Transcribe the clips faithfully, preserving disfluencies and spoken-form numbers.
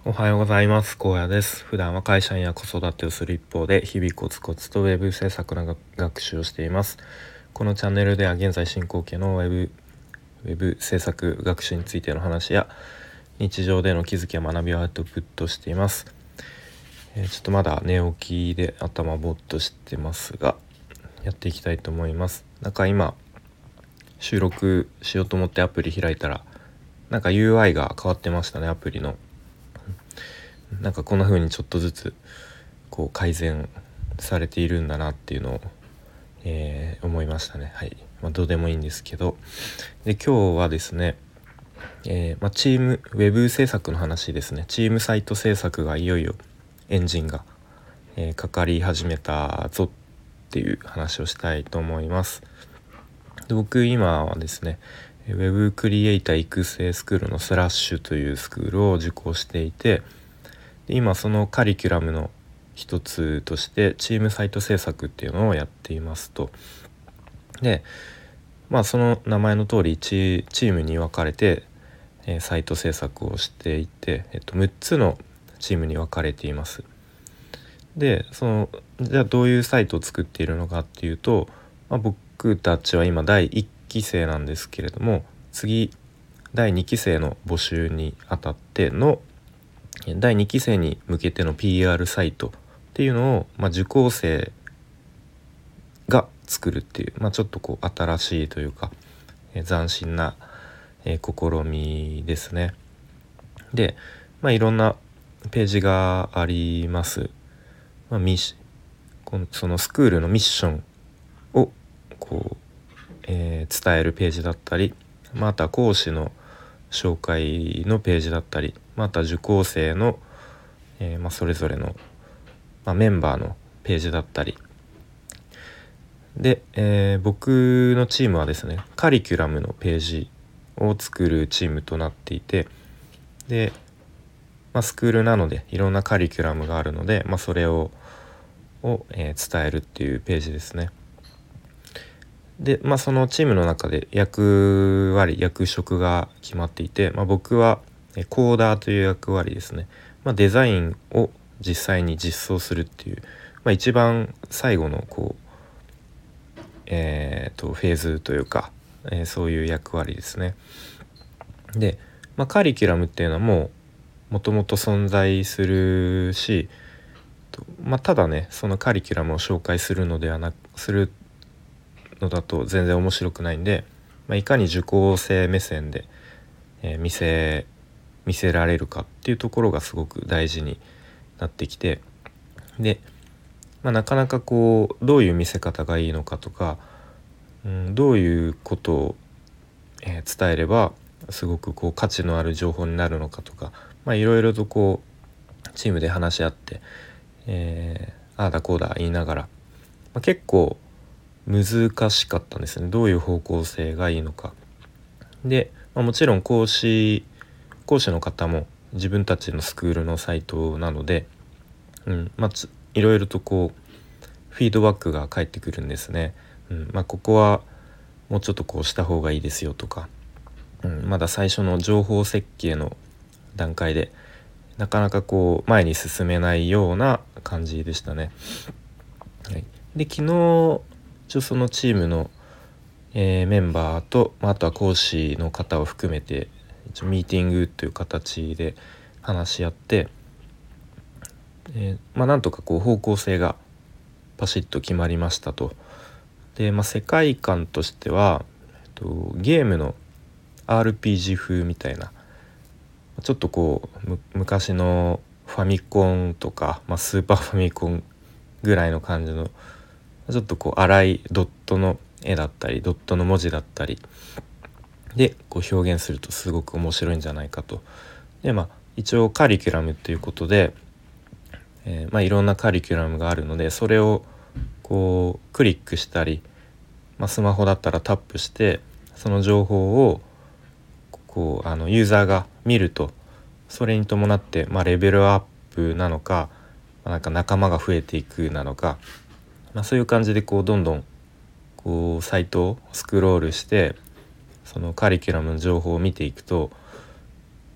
おはようございます。荒野です。普段は会社員や子育てをする一方で日々コツコツとウェブ制作の学習をしています。このチャンネルでは現在進行形のウェブ、ウェブ制作学習についての話や日常での気づきや学びをアウトプットしています。えー、ちょっとまだ寝起きで頭ぼーっとしてますがやっていきたいと思います。なんか今収録しようと思ってアプリ開いたらなんか ユーアイ が変わってましたね。アプリのなんかこんな風にちょっとずつこう改善されているんだなっていうのを、えー、思いましたね。はい、まあ、どうでもいいんですけど、で今日はですね、えーまあ、チームウェブ制作の話ですね。チームサイト制作がいよいよエンジンが、えー、かかり始めたぞっていう話をしたいと思います。で僕今はですねウェブクリエイター育成スクールのスラッシュというスクールを受講していて、で今そのカリキュラムの一つとしてチームサイト制作っていうのをやっていますと。でまあその名前の通りチ, チームに分かれて、えー、サイト制作をしていて、えっと、むっつのチームに分かれています。でそのじゃあどういうサイトを作っているのかっていうと、まあ、僕たちは今だいいっき生なんですけれども、次だいにき生の募集にあたってのだいにき生に向けての ピーアール サイトっていうのを、まあ、受講生が作るっていう、まあ、ちょっとこう新しいというか、えー、斬新な、えー、試みですね。で、まあ、いろんなページがあります。まあ、ミッこのそのスクールのミッションをこう、えー、伝えるページだったり、また講師の紹介のページだったり、また受講生の、えーまあ、それぞれの、まあ、メンバーのページだったりで、えー、僕のチームはですねカリキュラムのページを作るチームとなっていて、で、まあ、スクールなのでいろんなカリキュラムがあるので、まあ、それをを、えー、伝えるっていうページですね。で、まあ、そのチームの中で役割役職が決まっていて、まあ、僕はコーダーという役割ですね。まあ、デザインを実際に実装するっていう、まあ、一番最後のこう、えー、とフェーズというか、えー、そういう役割ですね。で、まあ、カリキュラムっていうのはもうもともと存在するし、まあ、ただねそのカリキュラムを紹介するのではなくするのだと全然面白くないんで、まあ、いかに受講生目線で、えー、見せ見せられるかっていうところがすごく大事になってきて、で、まあ、なかなかこうどういう見せ方がいいのかとか、うん、どういうことを、えー、伝えればすごくこう価値のある情報になるのかとか、まあ、いろいろとこうチームで話し合って、えー、ああだこうだ言いながら、まあ、結構難しかったんですね。どういう方向性がいいのか。で、まあ、もちろん講師講師の方も自分たちのスクールのサイトなので、うんまあ、いろいろとこうフィードバックが返ってくるんですね。うんまあ、ここはもうちょっとこうした方がいいですよとか、うん、まだ最初の情報設計の段階でなかなかこう前に進めないような感じでしたね。はい、で昨日一応そのチームの、えーメンバーと、まあ、あとは講師の方を含めて一応ミーティングという形で話し合って、えーまあ、なんとかこう方向性がパシッと決まりましたと。で、まあ、世界観としては、えっと、ゲームの アールピージー 風みたいな、ちょっとこう昔のファミコンとか、まあ、スーパーファミコンぐらいの感じのちょっとこう粗いドットの絵だったりドットの文字だったりでこう表現するとすごく面白いんじゃないかと。でまあ一応カリキュラムということで、えーまあ、いろんなカリキュラムがあるのでそれをこうクリックしたり、まあ、スマホだったらタップしてその情報をこうあのユーザーが見るとそれに伴って、まあ、レベルアップなのか、まあ、なんか仲間が増えていくなのか、まあ、そういう感じでこうどんどんこうサイトをスクロールしてそのカリキュラムの情報を見ていくと、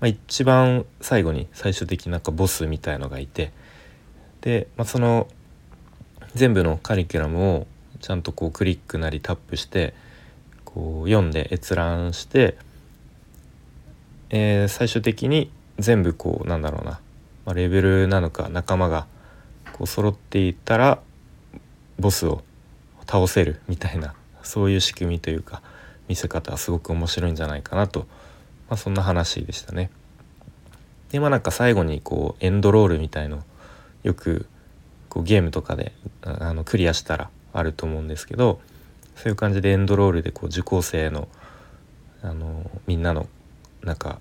まあ、一番最後に最終的ななんかボスみたいのがいて、で、まあ、その全部のカリキュラムをちゃんとこうクリックなりタップしてこう読んで閲覧して、えー最終的に全部こうなんだろうな、まあ、レベルなのか仲間がこう揃っていたらボスを倒せるみたいな、そういう仕組みというか見せ方はすごく面白いんじゃないかなと、まあ、そんな話でしたね。でまあなんか最後にこうエンドロールみたいのよくこうゲームとかでああのクリアしたらあると思うんですけど、そういう感じでエンドロールでこう受講生のあのみんなのなんか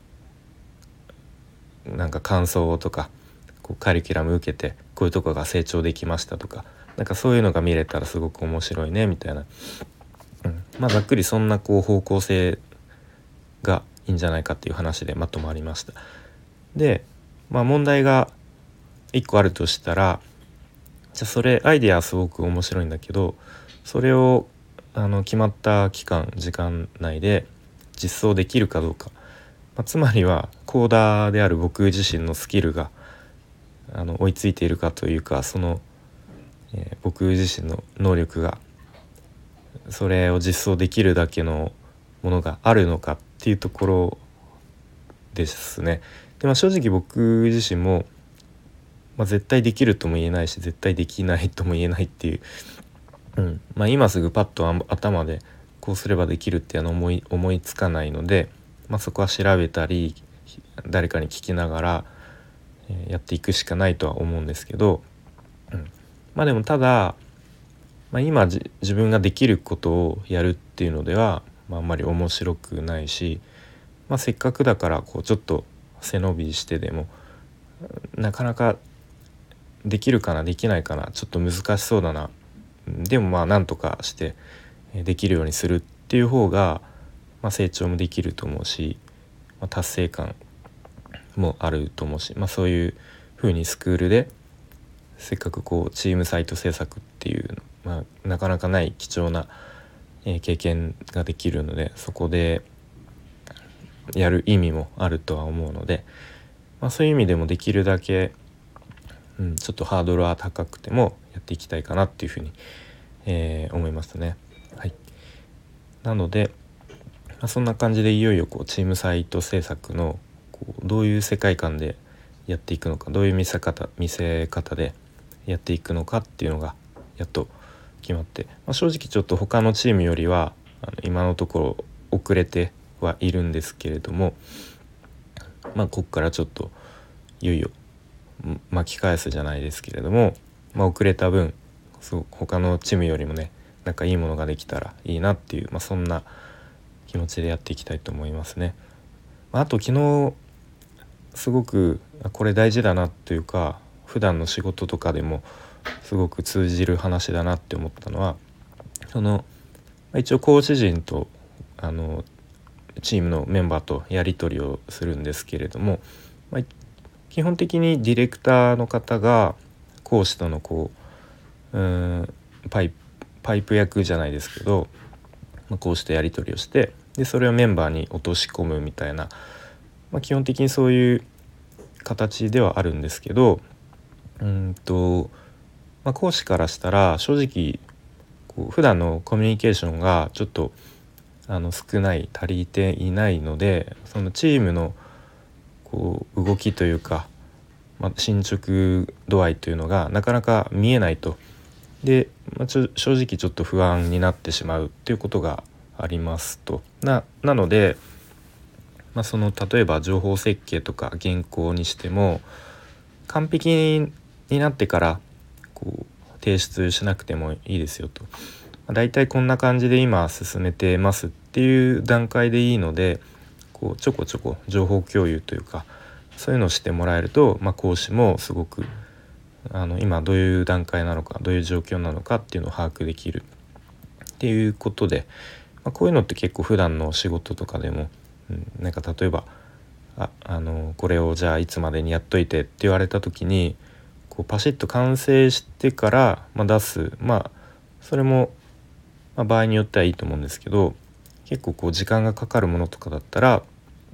なんか感想とかこうカリキュラム受けてこういうとこが成長できましたとか、なんかそういうのが見れたらすごく面白いねみたいな、うん、まあざっくりそんなこう方向性がいいんじゃないかっていう話でまとまりました。で、まあ、問題がいっこあるとしたら、じゃあそれアイディアはすごく面白いんだけど、それをあの決まった期間時間内で実装できるかどうか、まあ、つまりはコーダーである僕自身のスキルがあの追いついているかというか、その、えー僕自身の能力がそれを実装できるだけのものがあるのかっていうところですね。で、まあ、正直僕自身も、まあ、絶対できるとも言えないし絶対できないとも言えないっていう、うんまあ、今すぐパッとあ頭でこうすればできるっていうのは思い思いつかないので、まあ、そこは調べたり誰かに聞きながら、えーやっていくしかないとは思うんですけど、うん、まあでもただ、まあ、今じ自分ができることをやるっていうのでは、まあ、あんまり面白くないし、まあ、せっかくだからこうちょっと背伸びしてでもなかなかできるかなできないかなちょっと難しそうだな、でもまあなんとかしてできるようにするっていう方が、まあ、成長もできると思うし、まあ、達成感もあると思うし、まあ、そういう風にスクールでせっかくこうチームサイト制作っていう、まあ、なかなかない貴重な、えー経験ができるので、そこでやる意味もあるとは思うので、まあ、そういう意味でもできるだけ、うん、ちょっとハードルは高くてもやっていきたいかなっていうふうに、えー思いますね。はい、なので、まあ、そんな感じでいよいよこうチームサイト制作のこうどういう世界観でやっていくのか、どういう見せ方見せ方でやっていくのかっていうのがやっと決まって、まあ、正直ちょっと他のチームよりはあの今のところ遅れてはいるんですけれども、まあここからちょっといよいよ巻き返すじゃないですけれども、まあ、遅れた分すごく他のチームよりもねなんかいいものができたらいいなっていう、まあ、そんな気持ちでやっていきたいと思いますね。あと昨日すごくこれ大事だなというか普段の仕事とかでもすごく通じる話だなって思ったのは、その一応講師陣とあのチームのメンバーとやり取りをするんですけれども、まあ、基本的にディレクターの方が講師とのこう、うーんパイプ、パイプ役じゃないですけど、まあ、こうしてやり取りをしてでそれをメンバーに落とし込むみたいな、まあ、基本的にそういう形ではあるんですけど、うんと、まあ、講師からしたら正直こう普段のコミュニケーションがちょっとあの少ない足りていないので、そのチームのこう動きというか、まあ、進捗度合いというのがなかなか見えないと。で、まあ、ちょ正直ちょっと不安になってしまうっていうことがありますと。な、なので、まあ、その例えば情報設計とか原稿にしても完璧になってからこう提出しなくてもいいですよと。だいたいこんな感じで今進めてますっていう段階でいいので、こうちょこちょこ情報共有というかそういうのをしてもらえると、まあ、講師もすごくあの今どういう段階なのかどういう状況なのかっていうのを把握できるっていうことで、まあ、こういうのって結構普段の仕事とかでも、うん、なんか例えばああのこれをじゃあいつまでにやっといてって言われた時にこうパシッと完成してから、まあ、出す、まあそれも、まあ、場合によってはいいと思うんですけど、結構こう時間がかかるものとかだったら、ま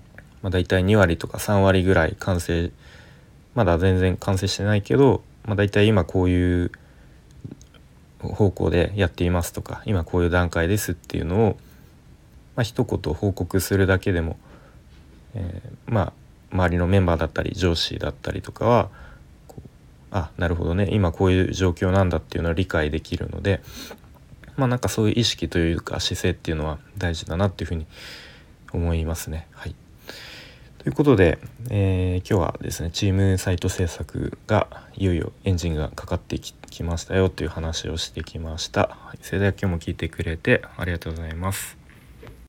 まあ、だいたいに割とかさん割ぐらい完成、まだ全然完成してないけど、まあ、だいたい今こういう方向でやっていますとか、今こういう段階ですっていうのを、まあ、一言報告するだけでも、えー、まあ周りのメンバーだったり上司だったりとかはこう、あ、なるほどね、今こういう状況なんだっていうのを理解できるので、まあなんかそういう意識というか姿勢っていうのは大事だなっていうふうに思いますね。はい。ということで、えー今日はですね、チームサイト制作がいよいよエンジンがかかってき、きましたよという話をしてきました。はい、それでは今日も聞いてくれてありがとうございます。